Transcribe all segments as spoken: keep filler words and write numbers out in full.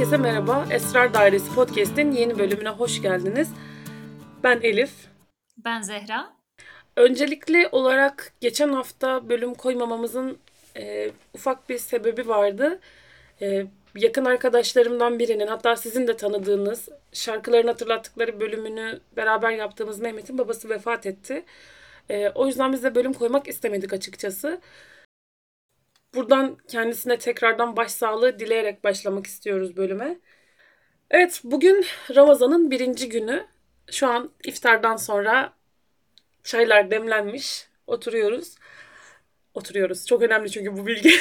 Herkese merhaba. Esrar Dairesi Podcast'in yeni bölümüne hoş geldiniz. Ben Elif. Ben Zehra. Öncelikli olarak geçen hafta bölüm koymamamızın e, ufak bir sebebi vardı. E, yakın arkadaşlarımdan birinin, hatta sizin de tanıdığınız, şarkılarını hatırlattıkları bölümünü beraber yaptığımız Mehmet'in babası vefat etti. E, o yüzden biz de bölüm koymak istemedik açıkçası. Buradan kendisine tekrardan başsağlığı dileyerek başlamak istiyoruz bölüme. Evet, bugün Ramazan'ın birinci günü. Şu an iftardan sonra çaylar demlenmiş. Oturuyoruz. Oturuyoruz. Çok önemli çünkü bu bilgi.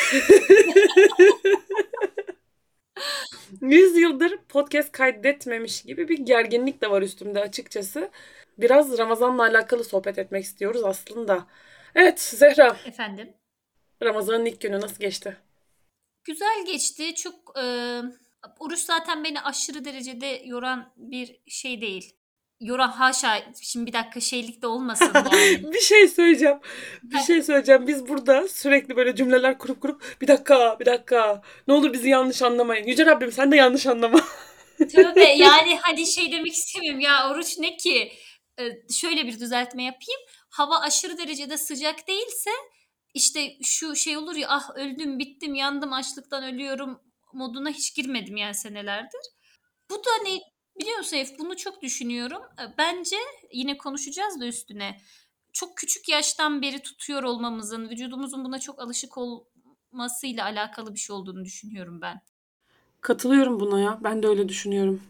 yüz yıldır podcast kaydetmemiş gibi bir gerginlik de var üstümde açıkçası. Biraz Ramazan'la alakalı sohbet etmek istiyoruz aslında. Evet Zehra, Efendim. Ramazan'ın ilk günü nasıl geçti? Güzel geçti. Çok e, oruç zaten beni aşırı derecede yoran bir şey değil. Yoran haşa. Şimdi bir dakika şeylik de olmasın yani. Bir şey söyleyeceğim. Bir şey söyleyeceğim. Biz burada sürekli böyle cümleler kurup kurup bir dakika, bir dakika. Ne olur bizi yanlış anlamayın. Yüce Rabbim sen de yanlış anlama. Tövbe yani hani şey demek istemiyorum ya oruç ne ki? E, şöyle bir düzeltme yapayım. Hava aşırı derecede sıcak değilse işte şu şey olur ya ah öldüm bittim yandım açlıktan ölüyorum moduna hiç girmedim yani senelerdir. Bu da ne biliyor musun Elif? Bunu çok düşünüyorum. E, Bence yine konuşacağız da üstüne. Çok küçük yaştan beri tutuyor olmamızın, vücudumuzun buna çok alışık olmasıyla alakalı bir şey olduğunu düşünüyorum ben. Katılıyorum buna ya. Ben de öyle düşünüyorum.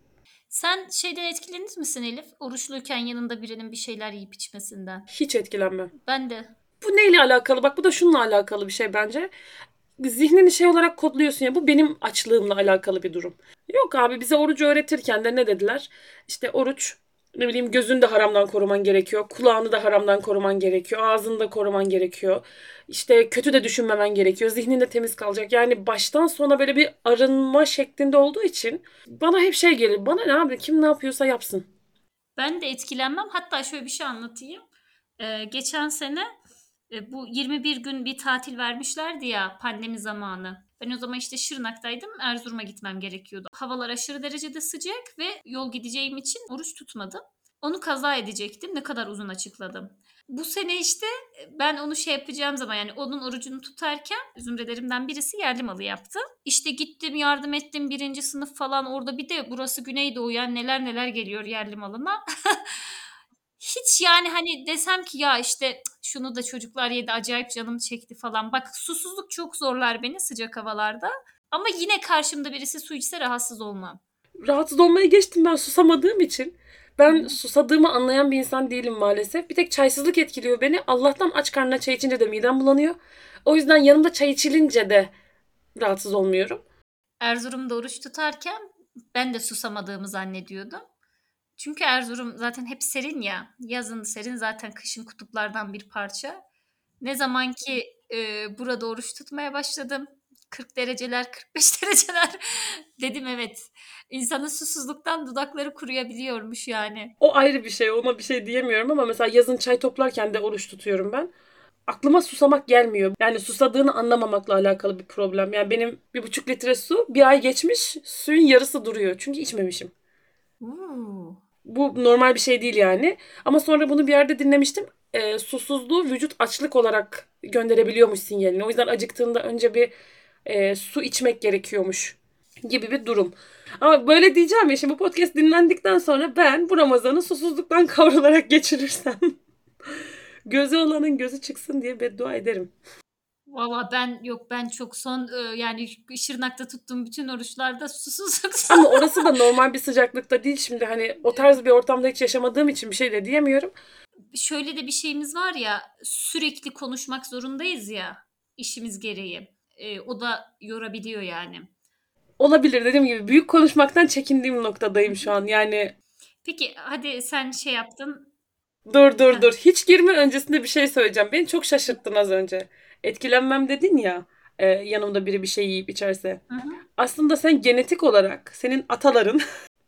Sen şeyden etkilenir misin Elif? Oruçluyken yanında birinin bir şeyler yiyip içmesinden. Hiç etkilenmem. Ben de. Bu neyle alakalı? Bak bu da şununla alakalı bir şey bence. Zihnini şey olarak kodluyorsun ya, bu benim açlığımla alakalı bir durum. Yok abi, bize orucu öğretirken de ne dediler? İşte oruç, ne bileyim, gözünü de haramdan koruman gerekiyor. Kulağını da haramdan koruman gerekiyor. Ağzını da koruman gerekiyor. İşte kötü de düşünmemen gerekiyor. Zihnin de temiz kalacak. Yani baştan sona böyle bir arınma şeklinde olduğu için bana hep şey gelir. Bana ne abi, kim ne yapıyorsa yapsın. Ben de etkilenmem. Hatta şöyle bir şey anlatayım. Ee, geçen sene e, bu yirmi bir gün bir tatil vermişlerdi ya pandemi zamanı. Ben o zaman işte Şırnak'taydım. Erzurum'a gitmem gerekiyordu. Havalar aşırı derecede sıcak ve yol gideceğim için oruç tutmadım. Onu kaza edecektim. Ne kadar uzun açıkladım. Bu sene işte e, ben onu şey yapacağım zaman yani onun orucunu tutarken zümrelerimden birisi yerli malı yaptı. İşte gittim yardım ettim birinci sınıf falan orada bir de burası Güneydoğu yani neler neler geliyor yerli malına. Hiç yani hani desem ki ya işte şunu da çocuklar yedi acayip canım çekti falan. Bak susuzluk çok zorlar beni sıcak havalarda. Ama yine karşımda birisi su içse rahatsız olmam. Rahatsız olmaya geçtim, ben susamadığım için. Hı Ben hı. susadığımı anlayan bir insan değilim maalesef. Bir tek çaysızlık etkiliyor beni. Allah'tan aç karnına çay içince de midem bulanıyor. O yüzden yanımda çay içilince de rahatsız olmuyorum. Erzurum'da oruç tutarken ben de susamadığımı zannediyordum. Çünkü Erzurum zaten hep serin ya. Yazın serin zaten kışın kutuplardan bir parça. Ne zaman ki e, burada oruç tutmaya başladım. kırk dereceler, kırk beş dereceler dedim evet. İnsanın susuzluktan dudakları kuruyabiliyormuş yani. O ayrı bir şey, ona bir şey diyemiyorum ama mesela yazın çay toplarken de oruç tutuyorum ben. Aklıma susamak gelmiyor. Yani susadığını anlamamakla alakalı bir problem. Yani benim bir buçuk litre su bir ay geçmiş, suyun yarısı duruyor. Çünkü içmemişim. Oo. Bu normal bir şey değil yani. Ama sonra bunu bir yerde dinlemiştim. E, susuzluğu vücut açlık olarak gönderebiliyormuş sinyalini. O yüzden acıktığında önce bir e, su içmek gerekiyormuş gibi bir durum. Ama böyle diyeceğim ya, şimdi bu podcast dinlendikten sonra ben bu Ramazan'ı susuzluktan kavrularak geçirirsem gözü olanın gözü çıksın diye beddua ederim. Valla ben yok ben çok son e, yani Şırnak'ta tuttuğum bütün oruçlarda susuzluktan. Ama orası da normal bir sıcaklıkta değil, şimdi hani o tarz bir ortamda hiç yaşamadığım için bir şey de diyemiyorum. Şöyle de bir şeyimiz var ya sürekli konuşmak zorundayız ya işimiz gereği. E, o da yorabiliyor yani. Olabilir, dediğim gibi büyük konuşmaktan çekindiğim Hı noktadayım şu hı. an. Yani Peki hadi sen şey yaptın. dur dur Heh. dur. Hiç girme öncesinde bir şey söyleyeceğim. Beni çok şaşırttın az önce. Etkilenmem dedin ya. E, yanımda biri bir şey yiyip içerse. Hı hı. Aslında sen genetik olarak, senin ataların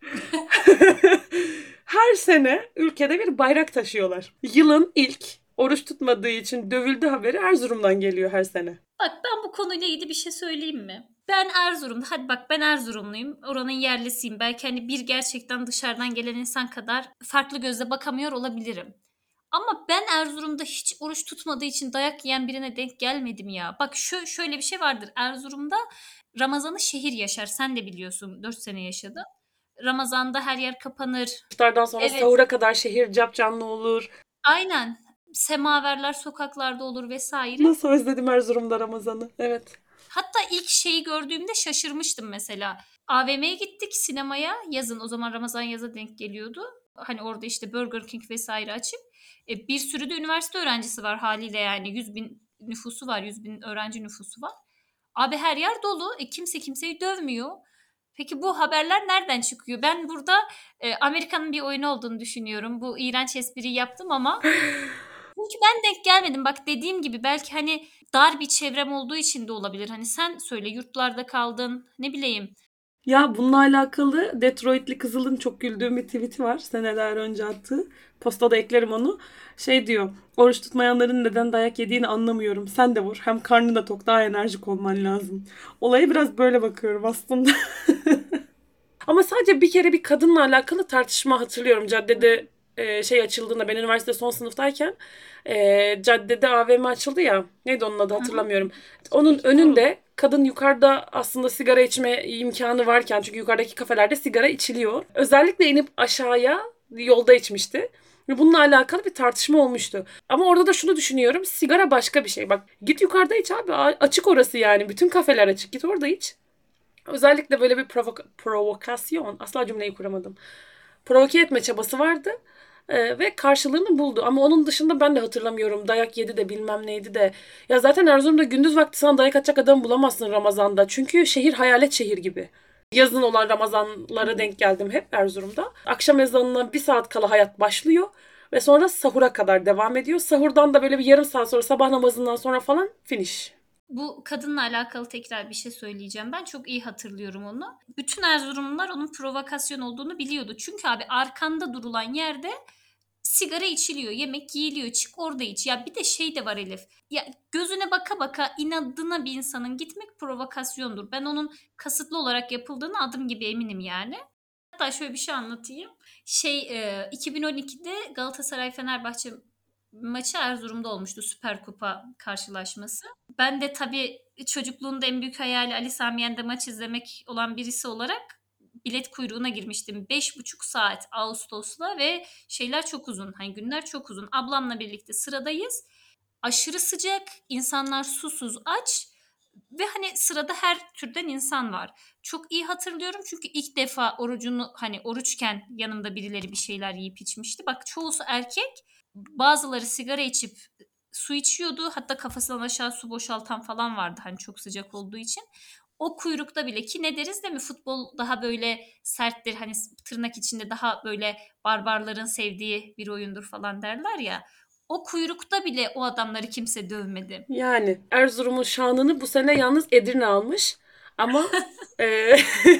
her sene ülkede bir bayrak taşıyorlar. Yılın ilk oruç tutmadığı için dövüldü haberi Erzurum'dan geliyor her sene. Bak ben bu konuyla ilgili bir şey söyleyeyim mi? Ben Erzurum'da, hadi bak ben Erzurumluyum. Oranın yerlisiyim. Belki hani bir gerçekten dışarıdan gelen insan kadar farklı gözle bakamıyor olabilirim. Ama ben Erzurum'da hiç oruç tutmadığı için dayak yiyen birine denk gelmedim ya. Bak şö- şöyle bir şey vardır. Erzurum'da Ramazan'ı şehir yaşar. Sen de biliyorsun, dört sene yaşadın. Ramazan'da her yer kapanır. İftardan sonra Evet, sahura kadar şehir capcanlı olur. aynen. Semaverler sokaklarda olur vesaire. Nasıl özledim Erzurum'da Ramazan'ı. Evet. Hatta ilk şeyi gördüğümde şaşırmıştım mesela. A V M'ye gittik, sinemaya yazın, o zaman Ramazan yaza denk geliyordu. Hani orada işte Burger King vesaire açık. E, bir sürü de üniversite öğrencisi var haliyle, yani yüz bin nüfusu var, yüz bin öğrenci nüfusu var. Abi her yer dolu. E, kimse kimseyi dövmüyor. Peki bu haberler nereden çıkıyor? Ben burada e, Amerika'nın bir oyunu olduğunu düşünüyorum. Bu iğrenç espriyi yaptım ama çünkü ben denk gelmedim. Bak dediğim gibi belki hani dar bir çevrem olduğu için de olabilir. Hani sen söyle, yurtlarda kaldın, ne bileyim. Ya bununla alakalı Detroitli Kızıl'ın çok güldüğüm bir tweet'i var. Seneler önce attığı. Postada eklerim onu. Şey diyor. Oruç tutmayanların neden dayak yediğini anlamıyorum. Sen de vur. Hem karnın da tok, daha enerjik olman lazım. Olaya biraz böyle bakıyorum aslında. Ama sadece bir kere bir kadınla alakalı tartışma hatırlıyorum. Caddede e, şey açıldığında, ben üniversite son sınıftayken e, caddede A V M açıldı ya. Neydi onun adı Hı hı. hatırlamıyorum. Onun Forum. önünde kadın yukarıda aslında sigara içme imkanı varken, çünkü yukarıdaki kafelerde sigara içiliyor. Özellikle inip aşağıya yolda içmişti. Ve bununla alakalı bir tartışma olmuştu. Ama orada da şunu düşünüyorum. Sigara başka bir şey. Bak git yukarıda iç abi. Açık orası yani. Bütün kafeler açık. Git orada iç. Özellikle böyle bir provoka- provokasyon, asla cümleyi kuramadım. Provoke etme çabası vardı. Ee, ve karşılığını buldu. Ama onun dışında ben de hatırlamıyorum. Dayak yedi de bilmem neydi de. Ya zaten Erzurum'da gündüz vakti sana dayak atacak adam bulamazsın Ramazan'da. Çünkü şehir hayalet şehir gibi. Yazın olan Ramazanlara denk geldim hep Erzurum'da. Akşam ezanına bir saat kala hayat başlıyor. Ve sonra sahura kadar devam ediyor. Sahurdan da böyle bir yarım saat sonra, sabah namazından sonra falan finish. Bu kadınla alakalı tekrar bir şey söyleyeceğim. Ben çok iyi hatırlıyorum onu. Bütün Erzurumlular onun provokasyon olduğunu biliyordu. Çünkü abi arkanda durulan yerde sigara içiliyor, yemek yiyiliyor. Çık orada iç. Ya bir de şey de var Elif. Ya gözüne baka baka inadına bir insanın gitmek provokasyondur. Ben onun kasıtlı olarak yapıldığını adım gibi eminim yani. Hatta şöyle bir şey anlatayım. Şey e, iki bin on ikide Galatasaray Fenerbahçe maçı Erzurum'da olmuştu, Süper Kupa karşılaşması. Ben de tabii çocukluğunda en büyük hayali Ali Sami Yen'de maç izlemek olan birisi olarak bilet kuyruğuna girmiştim. Beş buçuk saat Ağustos'la ve şeyler çok uzun. Hani günler çok uzun. Ablamla birlikte sıradayız. Aşırı sıcak, insanlar susuz, aç ve hani sırada her türden insan var. Çok iyi hatırlıyorum çünkü ilk defa orucunu, hani oruçken yanımda birileri bir şeyler yiyip içmişti. Bak çoğusu erkek, bazıları sigara içip su içiyordu. Hatta kafasından aşağı su boşaltan falan vardı hani çok sıcak olduğu için. O kuyrukta bile, ki ne deriz değil mi, futbol daha böyle serttir, hani tırnak içinde daha böyle barbarların sevdiği bir oyundur falan derler ya. O kuyrukta bile o adamları kimse dövmedi. Yani Erzurum'un şanını bu sene yalnız Edirne almış. Ama e,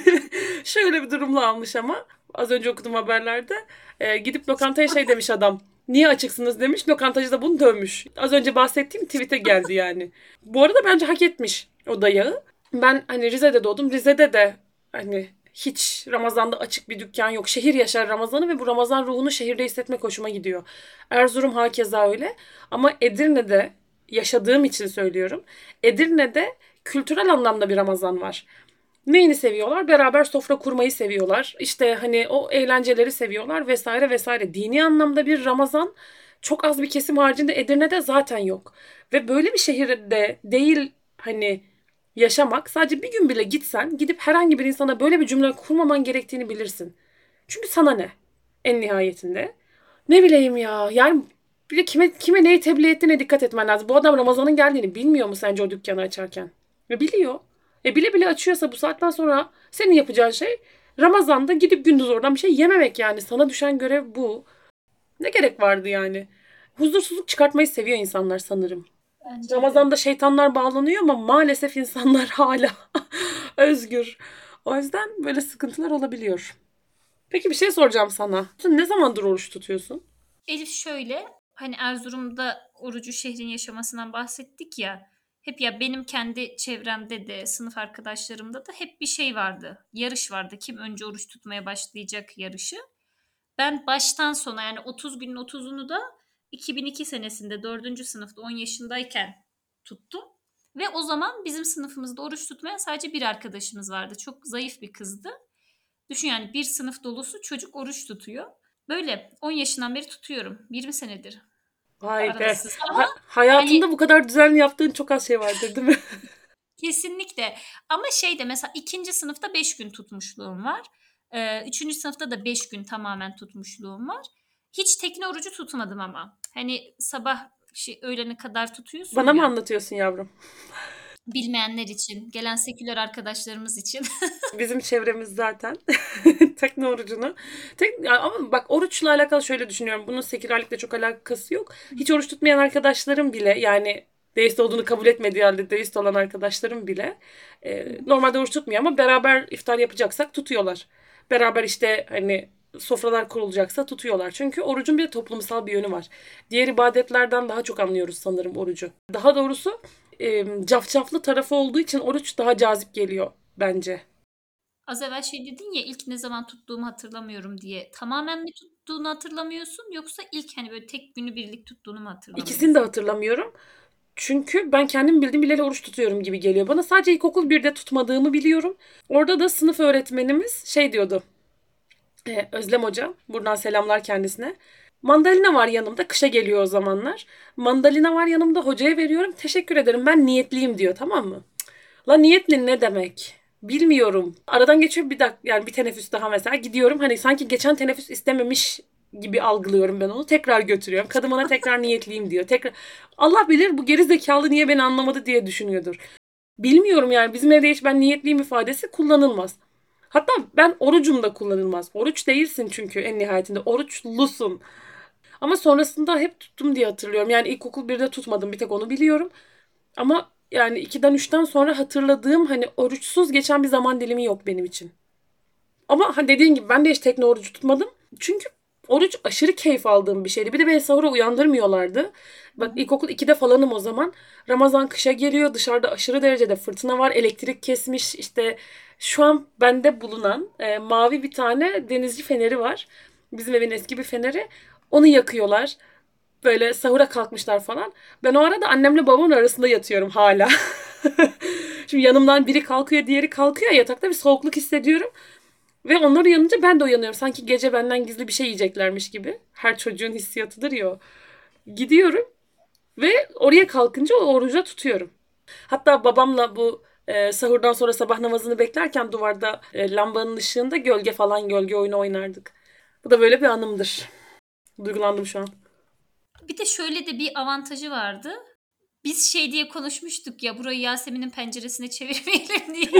şöyle bir durumla almış ama. Az önce okudum haberlerde. E, gidip lokantaya şey demiş adam. Niye açıksınız demiş. Lokantacı da bunu dövmüş. Az önce bahsettiğim tweet'e geldi yani. Bu arada bence hak etmiş o dayağı. Ben hani Rize'de doğdum. Rize'de de hani hiç Ramazan'da açık bir dükkan yok. Şehir yaşar Ramazan'ı ve bu Ramazan ruhunu şehirde hissetmek hoşuma gidiyor. Erzurum hakeza öyle. Ama Edirne'de yaşadığım için söylüyorum. Edirne'de kültürel anlamda bir Ramazan var. Neyini seviyorlar? Beraber sofra kurmayı seviyorlar. İşte hani o eğlenceleri seviyorlar vesaire vesaire. Dini anlamda bir Ramazan çok az bir kesim haricinde Edirne'de zaten yok. Ve böyle bir şehirde değil hani yaşamak, sadece bir gün bile gitsen, gidip herhangi bir insana böyle bir cümle kurmaman gerektiğini bilirsin. Çünkü sana ne? En nihayetinde. Ne bileyim ya. Yani bir de kime, kime neyi tebliğ ettiğine dikkat etmen lazım. Bu adam Ramazan'ın geldiğini bilmiyor mu sence o dükkanı açarken? E biliyor. E bile bile açıyorsa bu saatten sonra senin yapacağın şey Ramazan'da gidip gündüz oradan bir şey yememek yani. Sana düşen görev bu. Ne gerek vardı yani? Huzursuzluk çıkartmayı seviyor insanlar sanırım. Bence de. Ramazan'da şeytanlar bağlanıyor ama maalesef insanlar hala özgür. O yüzden böyle sıkıntılar olabiliyor. Peki bir şey soracağım sana. Sen ne zamandır oruç tutuyorsun? Elif şöyle, hani Erzurum'da orucu şehrin yaşamasından bahsettik ya. Hep ya benim kendi çevremde de sınıf arkadaşlarımda da hep bir şey vardı. Yarış vardı. Kim önce oruç tutmaya başlayacak yarışı. Ben baştan sona yani otuz günün otuzunu da iki bin iki senesinde dördüncü sınıfta on yaşındayken tuttum. Ve o zaman bizim sınıfımızda oruç tutmayan sadece bir arkadaşımız vardı. Çok zayıf bir kızdı. Düşün yani bir sınıf dolusu çocuk oruç tutuyor. Böyle on yaşından beri tutuyorum. yirmi senedir Vay be. aralıksız. Ama Ha- yani hayatında bu kadar düzenli yaptığın çok az şey vardır değil mi? kesinlikle. Ama şey de mesela ikinci sınıfta beş gün tutmuşluğum var. Ee, üçüncü sınıfta da beş gün tamamen tutmuşluğum var. Hiç tekne orucu tutmadım ama. Hani sabah şey, öğlene kadar tutuyorsun Bana mı ya. anlatıyorsun yavrum? Bilmeyenler için, gelen seküler arkadaşlarımız için. Bizim çevremiz zaten tekne orucunu. Tek, ya ama bak oruçla alakalı şöyle düşünüyorum. Bunun sekülerlikle çok alakası yok. Hiç oruç tutmayan arkadaşlarım bile yani deist olduğunu kabul etmediği halde deist olan arkadaşlarım bile e, normalde oruç tutmuyor ama beraber iftar yapacaksak tutuyorlar. Beraber işte hani sofralar kurulacaksa tutuyorlar. Çünkü orucun bir de toplumsal bir yönü var. Diğer ibadetlerden daha çok anlıyoruz sanırım orucu. Daha doğrusu e, cafcaflı tarafı olduğu için oruç daha cazip geliyor bence. Az evvel şey dedin ya ilk ne zaman tuttuğumu hatırlamıyorum diye. Tamamen mi tuttuğunu hatırlamıyorsun yoksa ilk hani böyle tek günü birlik tuttuğunu mu İkisini de hatırlamıyorsun? hatırlamıyorum. Çünkü ben kendim bildiğim bileli oruç tutuyorum gibi geliyor. Bana sadece ilkokul birde tutmadığımı biliyorum. Orada da sınıf öğretmenimiz şey diyordu. e, Özlem Hoca. Buradan selamlar kendisine. Mandalina var yanımda. Kışa geliyor o zamanlar. Mandalina var yanımda. Hocaya veriyorum. Teşekkür ederim. Ben niyetliyim diyor. Tamam mı? La niyetli ne demek? Bilmiyorum. Aradan geçiyor bir dakika yani bir teneffüs daha mesela gidiyorum. Hani sanki geçen teneffüs istememiş gibi algılıyorum ben onu. Tekrar götürüyorum. Kadın bana tekrar niyetliyim diyor. Tekrar Allah bilir bu geri zekalı niye beni anlamadı diye düşünüyordur. Bilmiyorum yani bizim evde hiç ben niyetliyim ifadesi kullanılmaz. Hatta ben orucum da kullanılmaz. Oruç değilsin çünkü en nihayetinde. Oruçlusun. Ama sonrasında hep tuttum diye hatırlıyorum. Yani ilkokul birde tutmadım. Bir tek onu biliyorum. Ama yani ikiden üçten sonra hatırladığım hani oruçsuz geçen bir zaman dilimi yok benim için. Ama hani dediğin gibi ben de hiç tekne orucu tutmadım. Çünkü oruç aşırı keyif aldığım bir şeydi. Bir de beni sahura uyandırmıyorlardı. Hı Bak hı. ilkokul ikide falanım o zaman. Ramazan kışa geliyor. Dışarıda aşırı derecede fırtına var. Elektrik kesmiş. İşte şu an bende bulunan e, mavi bir tane denizci feneri var. Bizim evin eski bir feneri. Onu yakıyorlar. Böyle sahura kalkmışlar falan. Ben o arada annemle babamın arasında yatıyorum hala. Şimdi yanımdan biri kalkıyor, diğeri kalkıyor. Yatakta bir soğukluk hissediyorum. Ve onlar uyanınca ben de uyanıyorum. Sanki gece benden gizli bir şey yiyeceklermiş gibi. Her çocuğun hissiyatıdır ya o. Gidiyorum ve oraya kalkınca o oruca tutuyorum. Hatta babamla bu e, sahurdan sonra sabah namazını beklerken duvarda e, lambanın ışığında gölge falan gölge oyunu oynardık. Bu da böyle bir anımdır. Duygulandım şu an. Bir de şöyle de bir avantajı vardı. Biz şey diye konuşmuştuk ya burayı Yasemin'in penceresine çevirmeyelim diye.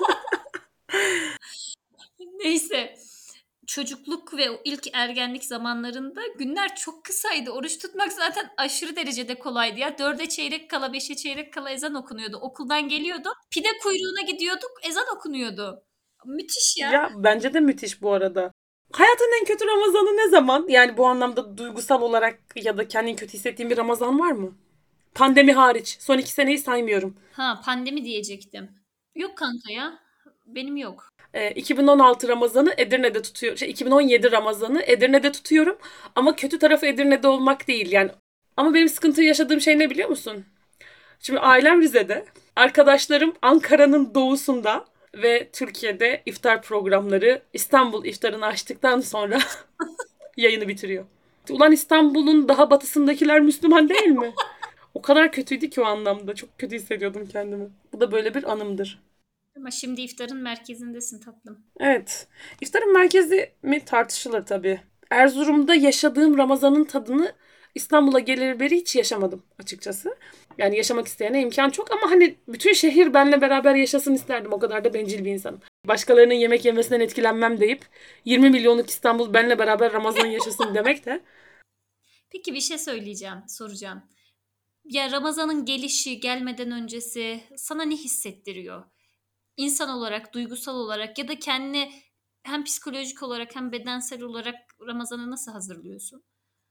Neyse. Çocukluk ve o ilk ergenlik zamanlarında günler çok kısaydı. Oruç tutmak zaten aşırı derecede kolaydı ya. Dörde çeyrek kala, beşe çeyrek kala ezan okunuyordu. Okuldan geliyordum. Pide kuyruğuna gidiyorduk. Ezan okunuyordu. Müthiş ya. Ya bence de müthiş bu arada. Hayatın en kötü Ramazanı ne zaman? Yani bu anlamda duygusal olarak ya da kendini kötü hissettiğin bir Ramazan var mı? Pandemi hariç. Son iki seneyi saymıyorum. Ha pandemi diyecektim. Yok kanka ya. Benim yok. Ee, iki bin on altı Ramazan'ı Edirne'de tutuyor. Şey, iki bin on yedi Ramazan'ı Edirne'de tutuyorum. Ama kötü tarafı Edirne'de olmak değil. Yani ama benim sıkıntı yaşadığım şey ne biliyor musun? Şimdi ailem Rize'de. Arkadaşlarım Ankara'nın doğusunda ve Türkiye'de iftar programları İstanbul iftarını açtıktan sonra yayını bitiriyor. Ulan İstanbul'un daha batısındakiler Müslüman değil mi? O kadar kötüydü ki o anlamda. Çok kötü hissediyordum kendimi. Bu da böyle bir anımdır. Ama şimdi iftarın merkezindesin tatlım. Evet. İftarın merkezi mi tartışılır tabii. Erzurum'da yaşadığım Ramazan'ın tadını İstanbul'a gelir beri hiç yaşamadım açıkçası. Yani yaşamak isteyene imkan çok ama hani bütün şehir benle beraber yaşasın isterdim. O kadar da bencil bir insanım. Başkalarının yemek yemesinden etkilenmem deyip yirmi milyonluk İstanbul benle beraber Ramazan yaşasın demek de Peki bir şey söyleyeceğim, soracağım. Ya Ramazan'ın gelişi, gelmeden öncesi sana ne hissettiriyor? İnsan olarak, duygusal olarak ya da kendini hem psikolojik olarak hem bedensel olarak Ramazan'a nasıl hazırlıyorsun?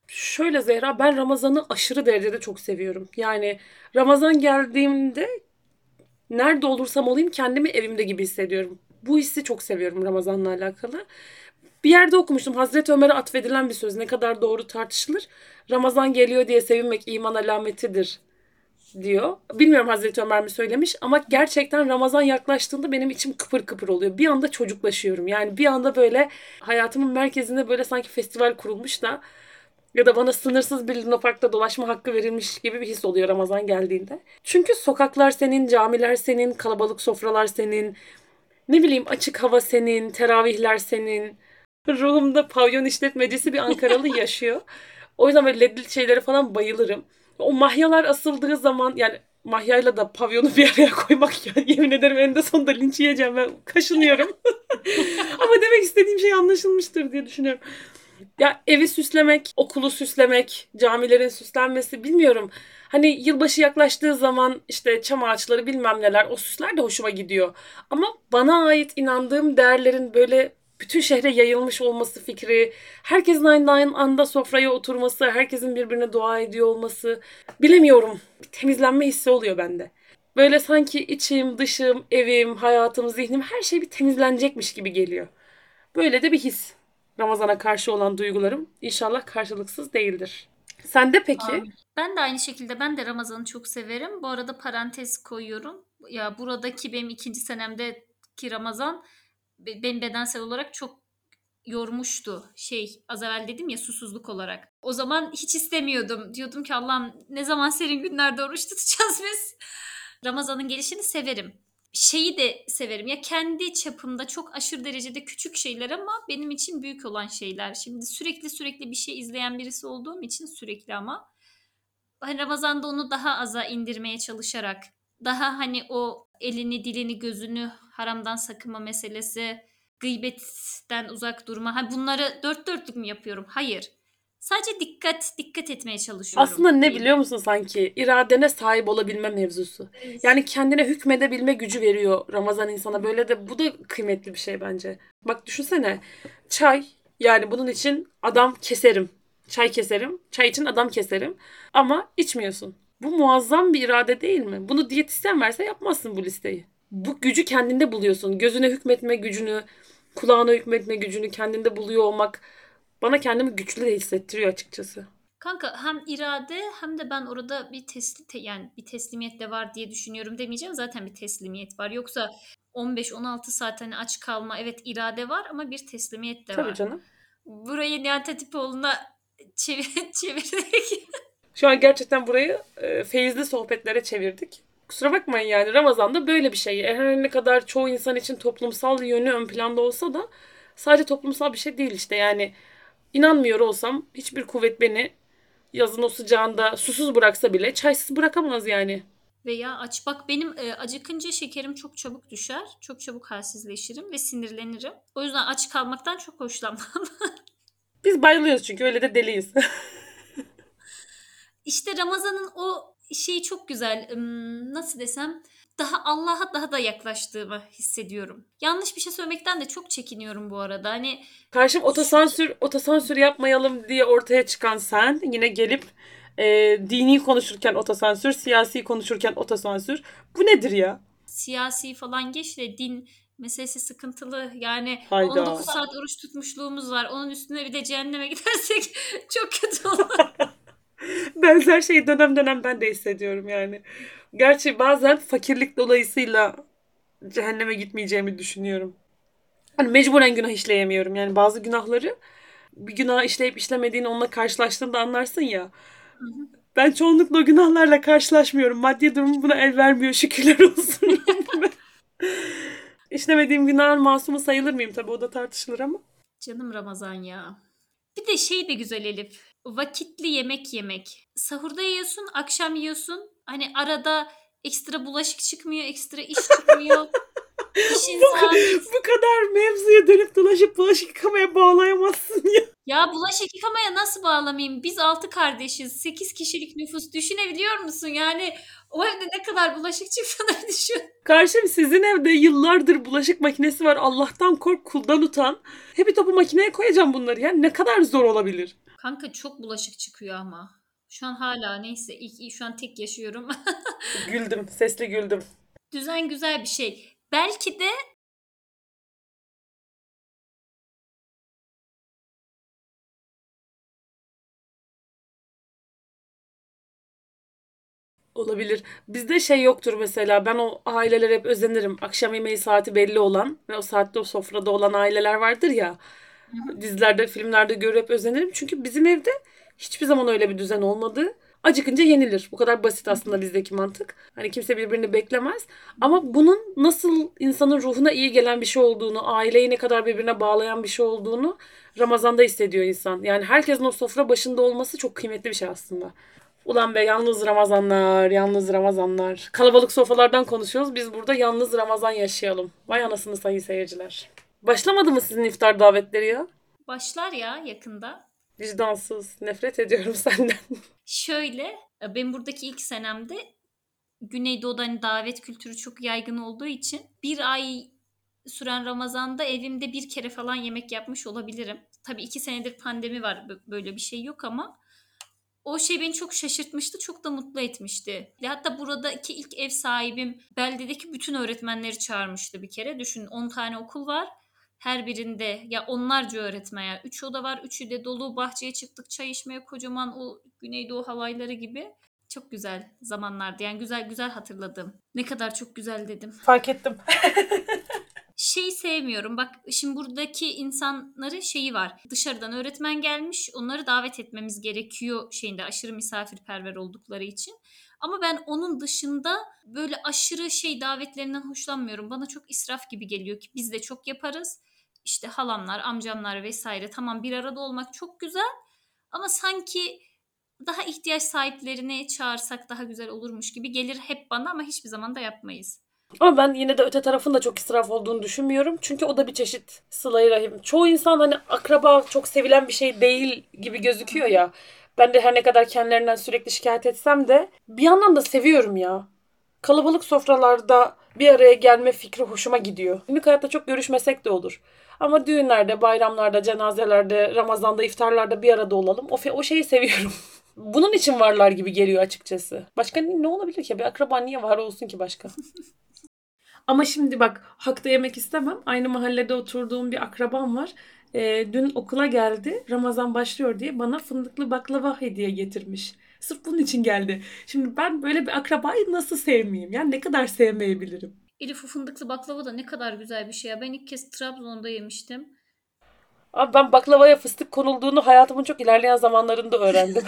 Şöyle Zehra, ben Ramazan'ı aşırı derecede çok seviyorum. Yani Ramazan geldiğimde nerede olursam olayım kendimi evimde gibi hissediyorum. Bu hissi çok seviyorum Ramazan'la alakalı. Bir yerde okumuştum. Hazreti Ömer'e atfedilen bir söz. Ne kadar doğru tartışılır. Ramazan geliyor diye sevinmek iman alametidir diyor. Bilmiyorum Hazreti Ömer mi söylemiş ama gerçekten Ramazan yaklaştığında benim içim kıpır kıpır oluyor. Bir anda çocuklaşıyorum. Yani bir anda böyle hayatımın merkezinde böyle sanki festival kurulmuş da ya da bana sınırsız bir Luna Park'ta dolaşma hakkı verilmiş gibi bir his oluyor Ramazan geldiğinde. Çünkü sokaklar senin, camiler senin, kalabalık sofralar senin, ne bileyim açık hava senin, teravihler senin. Ruhumda pavyon işletmecisi bir Ankaralı yaşıyor. O yüzden böyle ledli şeylere falan bayılırım. O mahyalar asıldığı zaman yani mahyayla da pavyonu bir araya koymak ya yemin ederim eninde sonunda linç yiyeceğim ben kaşınıyorum. Ama demek istediğim şey anlaşılmıştır diye düşünüyorum. Ya evi süslemek, okulu süslemek, camilerin süslenmesi bilmiyorum. Hani yılbaşı yaklaştığı zaman işte çam ağaçları bilmem neler o süsler de hoşuma gidiyor. Ama bana ait inandığım değerlerin böyle bütün şehre yayılmış olması fikri, herkesin aynı aynı anda sofraya oturması, herkesin birbirine dua ediyor olması bilemiyorum. Bir temizlenme hissi oluyor bende. Böyle sanki içim, dışım, evim, hayatım, zihnim her şey bir temizlenecekmiş gibi geliyor. Böyle de bir his. Ramazana karşı olan duygularım inşallah karşılıksız değildir. Sende peki? Amin. Ben de aynı şekilde ben de Ramazan'ı çok severim. Bu arada parantez koyuyorum. Ya buradaki benim ikinci senemdeki Ramazan be- beni bedensel olarak çok yormuştu. Şey az evvel dedim ya susuzluk olarak. O zaman hiç istemiyordum. Diyordum ki Allah'ım ne zaman serin günlerde oruç tutacağız biz. Ramazan'ın gelişini severim. Şeyi de severim. Ya kendi çapımda çok aşırı derecede küçük şeyler ama benim için büyük olan şeyler. Şimdi sürekli sürekli bir şey izleyen birisi olduğum için sürekli ama hani Ramazan'da onu daha aza indirmeye çalışarak daha hani o elini, dilini, gözünü haramdan sakınma meselesi, gıybetten uzak durma. Ha bunları dört dörtlük mü yapıyorum? Hayır. Sadece dikkat dikkat etmeye çalışıyorum Aslında ne diyeyim. biliyor musun sanki? İradene sahip olabilme mevzusu. Evet. Yani kendine hükmedebilme gücü veriyor Ramazan insana. Böyle de bu da kıymetli bir şey bence. Bak düşünsene. Çay yani bunun için adam keserim. Çay keserim. Çay için adam keserim. Ama içmiyorsun. Bu muazzam bir irade değil mi? Bunu diyetisyen verse yapmazsın bu listeyi. Bu gücü kendinde buluyorsun. Gözüne hükmetme gücünü, kulağına hükmetme gücünü kendinde buluyor olmak bana kendimi güçlü de hissettiriyor açıkçası. Kanka hem irade hem de ben orada bir tesli te- yani bir teslimiyet de var diye düşünüyorum demeyeceğim. Zaten bir teslimiyet var. Yoksa on beş on altı saat hani aç kalma evet irade var ama bir teslimiyet de Tabii var. canım. Burayı Nihat Hatipoğlu'na çevir çevirdik. Şu an gerçekten burayı e, feyizli sohbetlere çevirdik. Kusura bakmayın yani Ramazan'da böyle bir şey. E, Her ne kadar çoğu insan için toplumsal yönü ön planda olsa da sadece toplumsal bir şey değil işte. Yani inanmıyor olsam hiçbir kuvvet beni yazın o sıcağında susuz bıraksa bile çaysız bırakamaz yani. Veya aç bak benim e, acıkınca şekerim çok çabuk düşer. Çok çabuk halsizleşirim ve sinirlenirim. O yüzden aç kalmaktan çok hoşlanmam. Biz bayılıyoruz çünkü öyle de deliyiz. İşte Ramazan'ın o şeyi çok güzel. Im, Nasıl desem daha Allah'a daha da yaklaştığımı hissediyorum. Yanlış bir şey söylemekten de çok çekiniyorum bu arada. Hani Karşım otosansür, otosansür yapmayalım diye ortaya çıkan sen yine gelip e, dini konuşurken otosansür, siyasi konuşurken otosansür. Bu nedir ya? siyasi falan geç de din meselesi sıkıntılı. Yani on Hayda. dokuz saat oruç tutmuşluğumuz var. Onun üstüne bir de cehenneme gidersek çok kötü olur. Benzer şeyi dönem dönem ben de hissediyorum yani. Gerçi bazen fakirlik dolayısıyla cehenneme gitmeyeceğimi düşünüyorum. Hani mecburen günah işleyemiyorum. Yani bazı günahları bir günah işleyip işlemediğini onunla karşılaştığında anlarsın ya. Ben çoğunlukla o günahlarla karşılaşmıyorum. Maddi durumum buna el vermiyor şükürler olsun. İşlemediğim günahın masumu sayılır mıyım? Tabii o da tartışılır ama. Canım Ramazan ya. Bir de şey de güzel Elif. Vakitli yemek yemek. Sahurda yiyorsun, akşam yiyorsun. Hani arada ekstra bulaşık çıkmıyor, ekstra iş çıkmıyor. İşin Bu, sabit. bu kadar mevzuya dönüp dolaşıp bulaşık yıkamaya bağlayamazsın ya. Ya bulaşık yıkamaya nasıl bağlamayayım? Biz altı kardeşiz. Sekiz kişilik nüfus düşünebiliyor musun? Yani o evde ne kadar bulaşık çıktığını düşün. Karşım sizin evde yıllardır bulaşık makinesi var. Allah'tan kork, kuldan utan. Hep bir topu makineye koyacağım bunları. Yani ne kadar zor olabilir? Kanka çok bulaşık çıkıyor ama. Şu an hala neyse ilk, şu an tek yaşıyorum. Güldüm, sesli güldüm. Düzen güzel bir şey. Belki de Olabilir. Bizde şey yoktur mesela. Ben o ailelere hep özenirim. Akşam yemeği saati belli olan ve o saatte o sofrada olan aileler vardır ya. hı hı, Dizilerde, filmlerde görüp özenirim. Çünkü bizim evde hiçbir zaman öyle bir düzen olmadı. Acıkınca yenilir. Bu kadar basit hı hı, aslında bizdeki mantık. Hani kimse birbirini beklemez. Ama bunun nasıl insanın ruhuna iyi gelen bir şey olduğunu, aileyi ne kadar birbirine bağlayan bir şey olduğunu Ramazan'da hissediyor insan. Yani herkesin o sofra başında olması çok kıymetli bir şey aslında. Ulan be yalnız Ramazanlar, yalnız Ramazanlar. Kalabalık sofralardan konuşuyoruz. Biz burada yalnız Ramazan yaşayalım. Vay anasını sayın seyirciler. Başlamadı mı sizin iftar davetleri ya? başlar ya yakında. Vicdansız. Nefret ediyorum senden. Şöyle, e, ben buradaki ilk senemde Güneydoğu'da hani davet kültürü çok yaygın olduğu için bir ay süren Ramazan'da evimde bir kere falan yemek yapmış olabilirim. Tabii iki senedir pandemi var, böyle bir şey yok ama o şey beni çok şaşırtmıştı, çok da mutlu etmişti. Hatta buradaki ilk ev sahibim beldedeki bütün öğretmenleri çağırmıştı bir kere. Düşün, on tane okul var. Her birinde ya onlarca öğretmen, ya üç oda var, üçü de dolu. Bahçeye çıktık çay içmeye, kocaman o Güneydoğu halayları gibi. Çok güzel zamanlardı. Yani güzel güzel hatırladım. Ne kadar çok güzel dedim. Fark ettim. Şeyi sevmiyorum. Bak şimdi buradaki insanları şeyi var. Dışarıdan öğretmen gelmiş. Onları davet etmemiz gerekiyor şeyinde, aşırı misafirperver oldukları için. Ama ben onun dışında böyle aşırı şey davetlerinden hoşlanmıyorum. Bana çok israf gibi geliyor ki biz de çok yaparız. İşte halamlar, amcamlar vesaire. Tamam, bir arada olmak çok güzel. Ama sanki daha ihtiyaç sahiplerini çağırsak daha güzel olurmuş gibi gelir hep bana, ama hiçbir zaman da yapmayız. Ama ben yine de öte tarafın da çok israf olduğunu düşünmüyorum. Çünkü o da bir çeşit sıla-i rahim. Çoğu insan hani akraba çok sevilen bir şey değil gibi gözüküyor ya. Ben de her ne kadar kendilerinden sürekli şikayet etsem de bir yandan da seviyorum ya. Kalabalık sofralarda bir araya gelme fikri hoşuma gidiyor. Günlük hayatta çok görüşmesek de olur. Ama düğünlerde, bayramlarda, cenazelerde, Ramazan'da, iftarlarda bir arada olalım. O, o şeyi seviyorum. Bunun için varlar gibi geliyor açıkçası. Başka ne, ne olabilir ki? Bir akraba niye var olsun ki başka? Ama şimdi bak hak da yemek istemem. Aynı mahallede oturduğum bir akrabam var. Ee, dün okula geldi. Ramazan başlıyor diye bana fındıklı baklava hediye getirmiş. Sırf bunun için geldi. Şimdi ben böyle bir akrabayı nasıl sevmeyeyim? Yani ne kadar sevmeyebilirim? Elif, o fındıklı baklava da ne kadar güzel bir şey ya. Ben ilk kez Trabzon'da yemiştim. Abi ben baklavaya fıstık konulduğunu hayatımın çok ilerleyen zamanlarında öğrendim.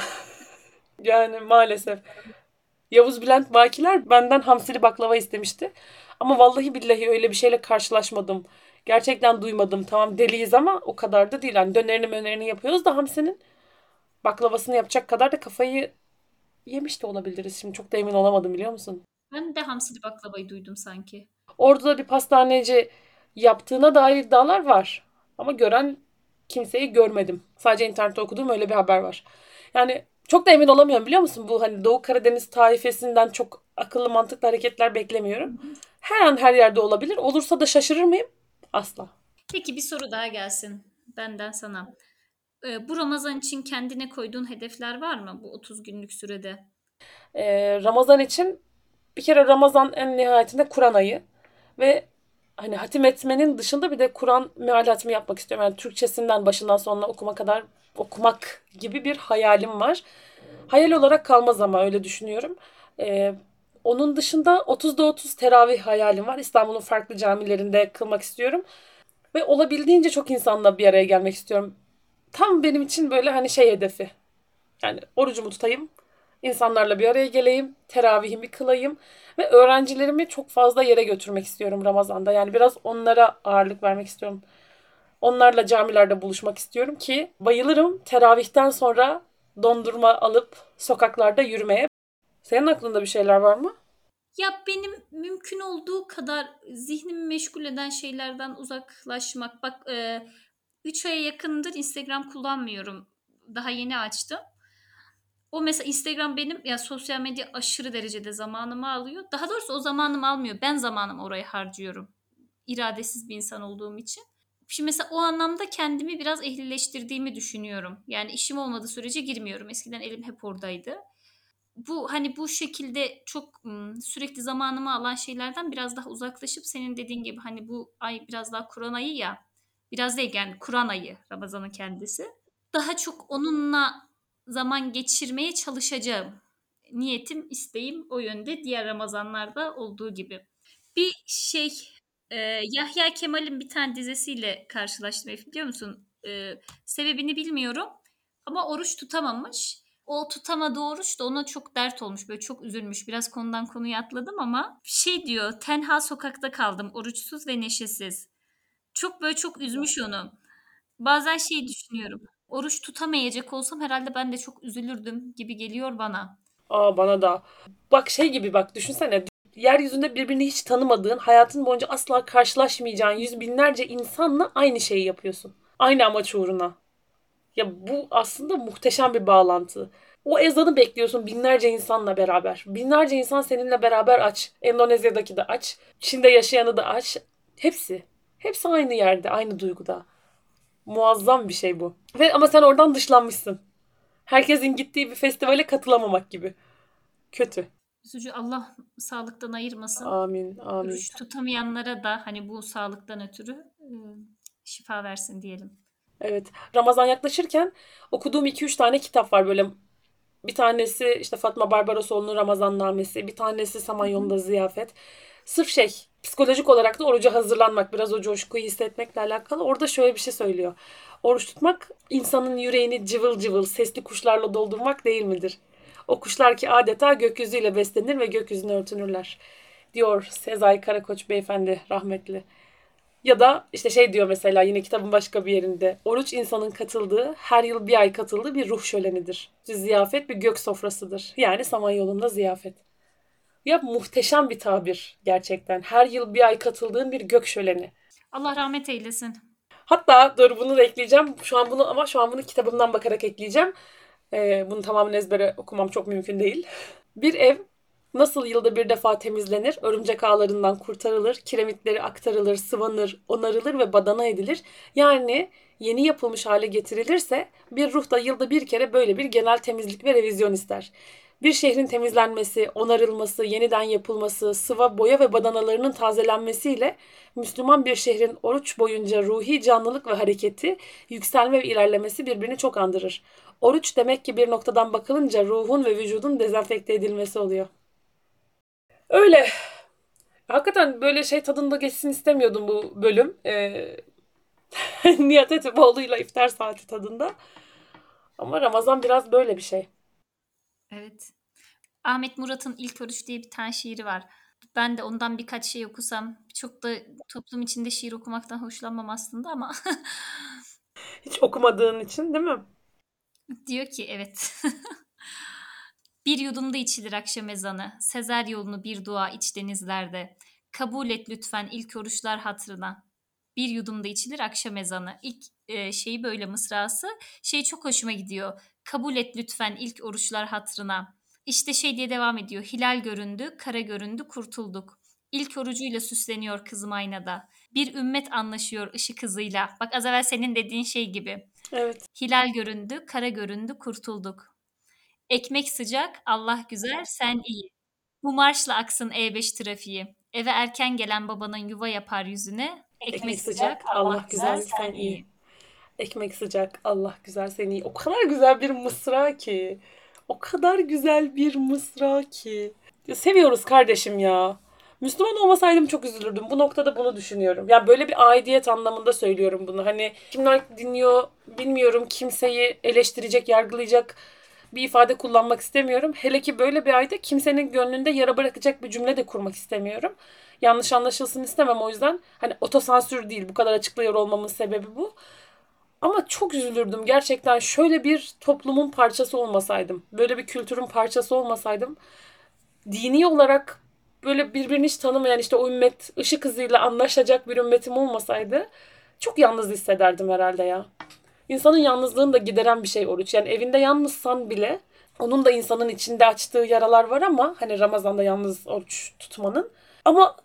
Yani maalesef. Yavuz Bülent Bakiler benden hamsili baklava istemişti. Ama vallahi billahi öyle bir şeyle karşılaşmadım. Gerçekten duymadım. Tamam deliyiz ama o kadar da değil. Hani dönerini mönerini yapıyoruz da hamsinin baklavasını yapacak kadar da kafayı yemiş de olabiliriz. Şimdi çok da emin olamadım biliyor musun? Ben de hamsili baklavayı duydum sanki. Orada da bir pastaneci yaptığına dair iddialar var. Ama gören kimseyi görmedim. Sadece internette okuduğum öyle bir haber var. Yani çok da emin olamıyorum biliyor musun? Bu hani Doğu Karadeniz taifesinden çok akıllı mantıklı hareketler Hı beklemiyorum. hı. Her an her yerde olabilir. Olursa da şaşırır mıyım? Asla. Peki bir soru daha gelsin benden sana. Ee, bu Ramazan için kendine koyduğun hedefler var mı bu otuz günlük sürede? Ee, Ramazan için bir kere Ramazan en nihayetinde Kur'an ayı. Ve hani hatim etmenin dışında bir de Kur'an meal hatmi yapmak istiyorum. Yani Türkçesinden başından sonuna okuma kadar okumak gibi bir hayalim var. Hayal olarak kalmaz ama öyle düşünüyorum. Ee, Onun dışında otuzda otuz teravih hayalim var. İstanbul'un farklı camilerinde kılmak istiyorum. Ve olabildiğince çok insanla bir araya gelmek istiyorum. Tam benim için böyle hani şey hedefi. Yani orucumu tutayım, insanlarla bir araya geleyim, teravihimi kılayım ve öğrencilerimi çok fazla yere götürmek istiyorum Ramazan'da. Yani biraz onlara ağırlık vermek istiyorum. Onlarla camilerde buluşmak istiyorum ki bayılırım teravihten sonra dondurma alıp sokaklarda yürümeye. Senin aklında bir şeyler var mı? Ya benim mümkün olduğu kadar zihnimi meşgul eden şeylerden uzaklaşmak. Bak, e, üç aya yakındır Instagram kullanmıyorum. Daha yeni açtım. O mesela Instagram benim, ya sosyal medya aşırı derecede zamanımı alıyor. Daha doğrusu o zamanımı almıyor. Ben zamanımı oraya harcıyorum. İradesiz bir insan olduğum için. Şimdi mesela o anlamda kendimi biraz ehlileştirdiğimi düşünüyorum. Yani işim olmadığı sürece girmiyorum. Eskiden elim hep oradaydı. Bu hani bu şekilde çok ım, sürekli zamanımı alan şeylerden biraz daha uzaklaşıp senin dediğin gibi hani bu ay biraz daha Kur'an ayı ya. Biraz değil yani Kur'an ayı Ramazan'ın kendisi. Daha çok onunla zaman geçirmeye çalışacağım. Niyetim, isteğim o yönde diğer Ramazanlarda olduğu gibi. Bir şey e, Yahya Kemal'in bir tane dizesiyle karşılaştım Elif, biliyor musun? E, sebebini bilmiyorum ama oruç tutamamış. O tutamadığı oruç da ona çok dert olmuş. Böyle çok üzülmüş. Biraz konudan konuya atladım ama şey diyor. Tenha sokakta kaldım. Oruçsuz ve neşesiz. Çok böyle çok üzmüş onu. Bazen şey düşünüyorum. Oruç tutamayacak olsam herhalde ben de çok üzülürdüm gibi geliyor bana. Aa, bana da. Bak şey gibi, bak düşünsene. Yeryüzünde birbirini hiç tanımadığın, hayatın boyunca asla karşılaşmayacağın yüz binlerce insanla aynı şeyi yapıyorsun. Aynı amaç uğruna. Ya bu aslında muhteşem bir bağlantı. O ezanı bekliyorsun binlerce insanla beraber. Binlerce insan seninle beraber aç. Endonezya'daki de aç. Çin'de yaşayanı da aç. Hepsi. Hepsi aynı yerde, aynı duyguda. Muazzam bir şey bu. Ve ama sen oradan dışlanmışsın. Herkesin gittiği bir festivale katılamamak gibi. Kötü. Üzücü. Allah sağlıktan ayırmasın. Amin, amin. Oruç tutamayanlara da hani bu sağlıktan ötürü e, şifa versin diyelim. Evet. Ramazan yaklaşırken okuduğum iki üç tane kitap var böyle. Bir tanesi işte Fatma Barbarosoğlu'nun Ramazannamesi, bir tanesi Hı hı. Samanyolu'nda Ziyafet. Sırf şey, psikolojik olarak da oruca hazırlanmak, biraz o coşkuyu hissetmekle alakalı. Orada şöyle bir şey söylüyor. Oruç tutmak insanın yüreğini cıvıl cıvıl sesli kuşlarla doldurmak değil midir? O kuşlar ki adeta gökyüzüyle beslenir ve gökyüzüne örtünürler, diyor Sezai Karakoç beyefendi rahmetli. Ya da işte şey diyor mesela yine kitabın başka bir yerinde. Oruç insanın katıldığı, her yıl bir ay katıldığı bir ruh şölenidir. Ziyafet bir gök sofrasıdır. Yani Samanyolu'nda ziyafet. Ya muhteşem bir tabir gerçekten. Her yıl bir ay katıldığın bir gök şöleni. Allah rahmet eylesin. Hatta dur bunu da ekleyeceğim. Şu an bunu ama şu an bunu kitabımdan bakarak ekleyeceğim. Ee, bunu tamamen ezbere okumam çok mümkün değil. Bir ev nasıl yılda bir defa temizlenir, örümcek ağlarından kurtarılır, kiremitleri aktarılır, sıvanır, onarılır ve badana edilir. Yani yeni yapılmış hale getirilirse bir ruh da yılda bir kere böyle bir genel temizlik ve revizyon ister. Bir şehrin temizlenmesi, onarılması, yeniden yapılması, sıva, boya ve badanalarının tazelenmesiyle Müslüman bir şehrin oruç boyunca ruhi canlılık ve hareketi, yükselme ve ilerlemesi birbirini çok andırır. Oruç demek ki bir noktadan bakılınca ruhun ve vücudun dezenfekte edilmesi oluyor. Öyle. Hakikaten böyle şey tadında geçsin istemiyordum bu bölüm. Ee, Nihat Etipoğlu'yla iftar saati tadında. Ama Ramazan biraz böyle bir şey. Evet. Ahmet Murat'ın İlk Oruç diye bir tane şiiri var. Ben de ondan birkaç şey okusam. Çok da toplum içinde şiir okumaktan hoşlanmam aslında ama Hiç okumadığın için değil mi? diyor ki evet. Bir yudumda içilir akşam ezanı. Sezer yolunu bir dua iç denizlerde. Kabul et lütfen ilk oruçlar hatırına. Bir yudumda içilir akşam ezanı. İlk e, şeyi böyle mısrası. Şey çok hoşuma gidiyor. Kabul et lütfen ilk oruçlar hatırına. İşte şey diye devam ediyor. Hilal göründü, kara göründü, kurtulduk. İlk orucuyla süsleniyor kızım aynada. Bir ümmet anlaşıyor ışık hızıyla. Bak az evvel senin dediğin şey gibi. Evet. Hilal göründü, kara göründü, kurtulduk. Ekmek sıcak, Allah güzel, sen iyi. Bu marşla aksın E beş trafiği. Eve erken gelen babanın yuva yapar yüzüne. Ekmek Ekmek sıcak, sıcak, Allah Allah güzel, güzel, sen sen iyi. iyi. Ekmek sıcak, Allah güzel, sen iyi. O kadar güzel bir mısra ki. O kadar güzel bir mısra ki. Ya seviyoruz kardeşim ya. Müslüman olmasaydım çok üzülürdüm. Bu noktada bunu düşünüyorum. Yani böyle bir aidiyet anlamında söylüyorum bunu. Hani kimler dinliyor bilmiyorum. Kimseyi eleştirecek, yargılayacak bir ifade kullanmak istemiyorum. Hele ki böyle bir ayda kimsenin gönlünde yara bırakacak bir cümle de kurmak istemiyorum. Yanlış anlaşılsın istemem o yüzden. Hani otosansür değil, bu kadar açıklıyor olmamın sebebi bu. Ama çok üzülürdüm gerçekten, şöyle bir toplumun parçası olmasaydım. Böyle bir kültürün parçası olmasaydım. Dini olarak böyle birbirini hiç tanımayan işte o ümmet ışık hızıyla anlaşacak bir ümmetim olmasaydı çok yalnız hissederdim herhalde ya. İnsanın yalnızlığını da gideren bir şey oruç. Yani evinde yalnızsan bile onun da insanın içinde açtığı yaralar var ama hani Ramazan'da yalnız oruç tutmanın. Ama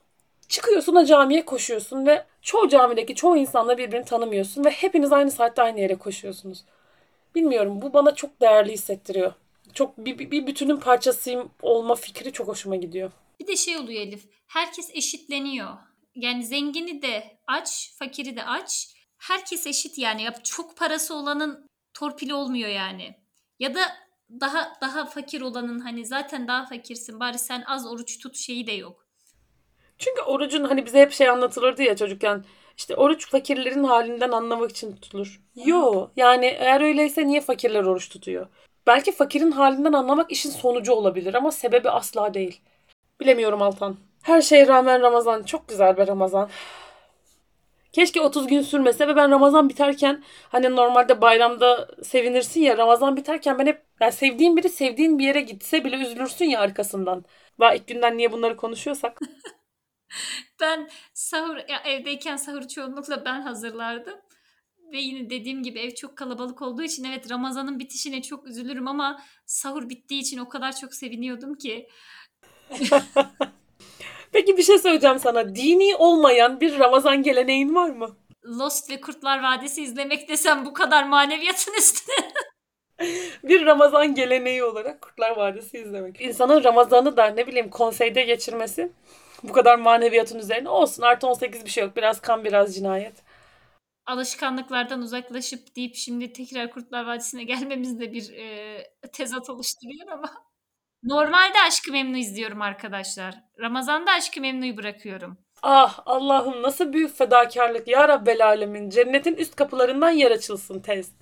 Çıkıyorsun o camiye koşuyorsun ve çoğu camideki çoğu insanla birbirini tanımıyorsun ve hepiniz aynı saatte aynı yere koşuyorsunuz. Bilmiyorum, bu bana çok değerli hissettiriyor. Çok bir, bir, bir bütünün parçasıyım olma fikri çok hoşuma gidiyor. Bir de şey oluyor Elif. Herkes eşitleniyor. Yani zengini de aç, fakiri de aç. Herkes eşit yani. Ya çok parası olanın torpili olmuyor yani. Ya da daha daha fakir olanın hani zaten daha fakirsin bari sen az oruç tut şeyi de yok. Çünkü orucun hani bize hep şey anlatılırdı ya çocukken. İşte oruç fakirlerin halinden anlamak için tutulur. Yo, yani eğer öyleyse niye fakirler oruç tutuyor? Belki fakirin halinden anlamak işin sonucu olabilir ama sebebi asla değil. Bilemiyorum Altan. Her şeye rağmen Ramazan çok güzel bir Ramazan. Keşke otuz gün sürmese ve ben Ramazan biterken hani normalde bayramda sevinirsin ya, Ramazan biterken ben hep yani sevdiğin biri sevdiğin bir yere gitse bile üzülürsün ya arkasından. Daha ilk günden niye bunları konuşuyorsak. Ben sahur ya evdeyken sahuru çoğunlukla ben hazırlardım. Ve yine dediğim gibi ev çok kalabalık olduğu için evet Ramazan'ın bitişine çok üzülürüm ama sahur bittiği için o kadar çok seviniyordum ki. Peki bir şey söyleyeceğim sana. Dini olmayan bir Ramazan geleneğin var mı? Lost ve Kurtlar Vadisi izlemek desem bu kadar maneviyatın üstüne. Bir Ramazan geleneği olarak Kurtlar Vadisi izlemek. İnsanın Ramazan'ı da ne bileyim konseyde geçirmesi bu kadar maneviyatın üzerine olsun. Artı on sekiz bir şey yok. Biraz kan biraz cinayet. Alışkanlıklardan uzaklaşıp deyip şimdi tekrar Kurtlar Vadisi'ne gelmemiz de bir e, tezat oluşturuyor ama. Normalde Aşk-ı Memnu izliyorum arkadaşlar. Ramazan'da Aşk-ı Memnu'yu bırakıyorum. Ah Allah'ım, nasıl büyük fedakarlık ya Rabbel Alemin. Cennetin üst kapılarından yer açılsın tez.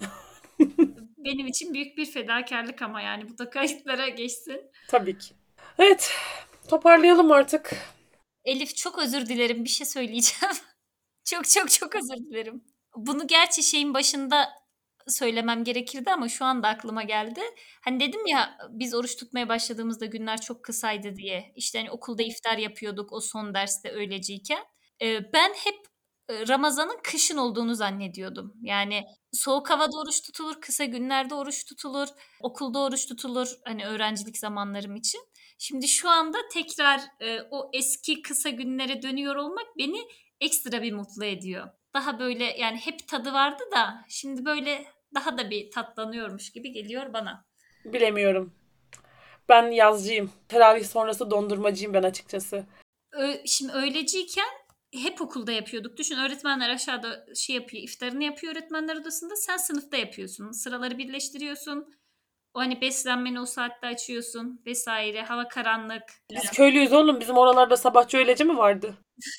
Benim için büyük bir fedakarlık ama yani bu da kayıtlara geçsin. Tabii ki. Evet, toparlayalım artık. Elif çok özür dilerim bir şey söyleyeceğim. Çok çok çok özür dilerim. Bunu gerçi şeyin başında söylemem gerekirdi ama şu anda aklıma geldi. Hani dedim ya biz oruç tutmaya başladığımızda günler çok kısaydı diye. İşte hani okulda iftar yapıyorduk o son derste öyleciyken. Ee, ben hep e, Ramazan'ın kışın olduğunu zannediyordum. Yani soğuk havada oruç tutulur, kısa günlerde oruç tutulur, okulda oruç tutulur hani öğrencilik zamanlarım için. Şimdi şu anda tekrar e, o eski kısa günlere dönüyor olmak beni ekstra bir mutlu ediyor. Daha böyle yani hep tadı vardı da şimdi böyle daha da bir tatlanıyormuş gibi geliyor bana. Bilemiyorum. Ben yazcıyım. Teravih sonrası dondurmacıyım ben açıkçası. Ö- şimdi öğleciyken hep okulda yapıyorduk. Düşün öğretmenler aşağıda şey yapıyor, iftarını yapıyor öğretmenler odasında. Sen sınıfta yapıyorsun. Sıraları birleştiriyorsun. O hani beslenmeni o saatte açıyorsun vesaire. Hava karanlık. Biz köylüyüz oğlum. Bizim oralarda sabahçı öğleci mi vardı?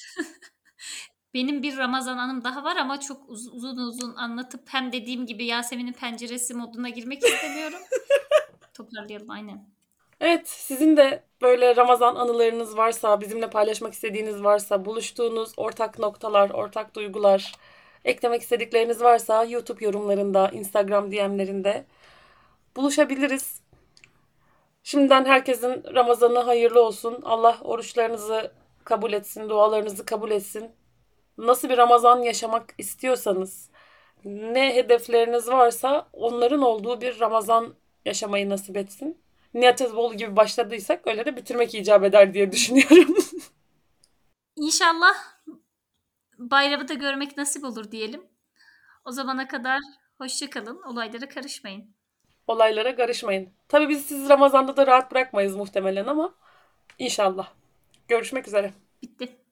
Benim bir Ramazan anım daha var ama çok uz- uzun uzun anlatıp hem dediğim gibi Yasemin'in penceresi moduna girmek istemiyorum. Toparlayalım aynen. Evet, sizin de böyle Ramazan anılarınız varsa, bizimle paylaşmak istediğiniz varsa, buluştuğunuz ortak noktalar, ortak duygular, eklemek istedikleriniz varsa YouTube yorumlarında, Instagram D M'lerinde buluşabiliriz. Şimdiden herkesin Ramazanı hayırlı olsun. Allah oruçlarınızı kabul etsin, dualarınızı kabul etsin. Nasıl bir Ramazan yaşamak istiyorsanız, ne hedefleriniz varsa onların olduğu bir Ramazan yaşamayı nasip etsin. Nihat bol gibi başladıysak öyle de bitirmek icap eder diye düşünüyorum. İnşallah bayramı da görmek nasip olur diyelim. O zamana kadar hoşça kalın. Olaylara karışmayın. Olaylara karışmayın. Tabii biz sizi Ramazan'da da rahat bırakmayız muhtemelen ama inşallah. Görüşmek üzere. Bitti.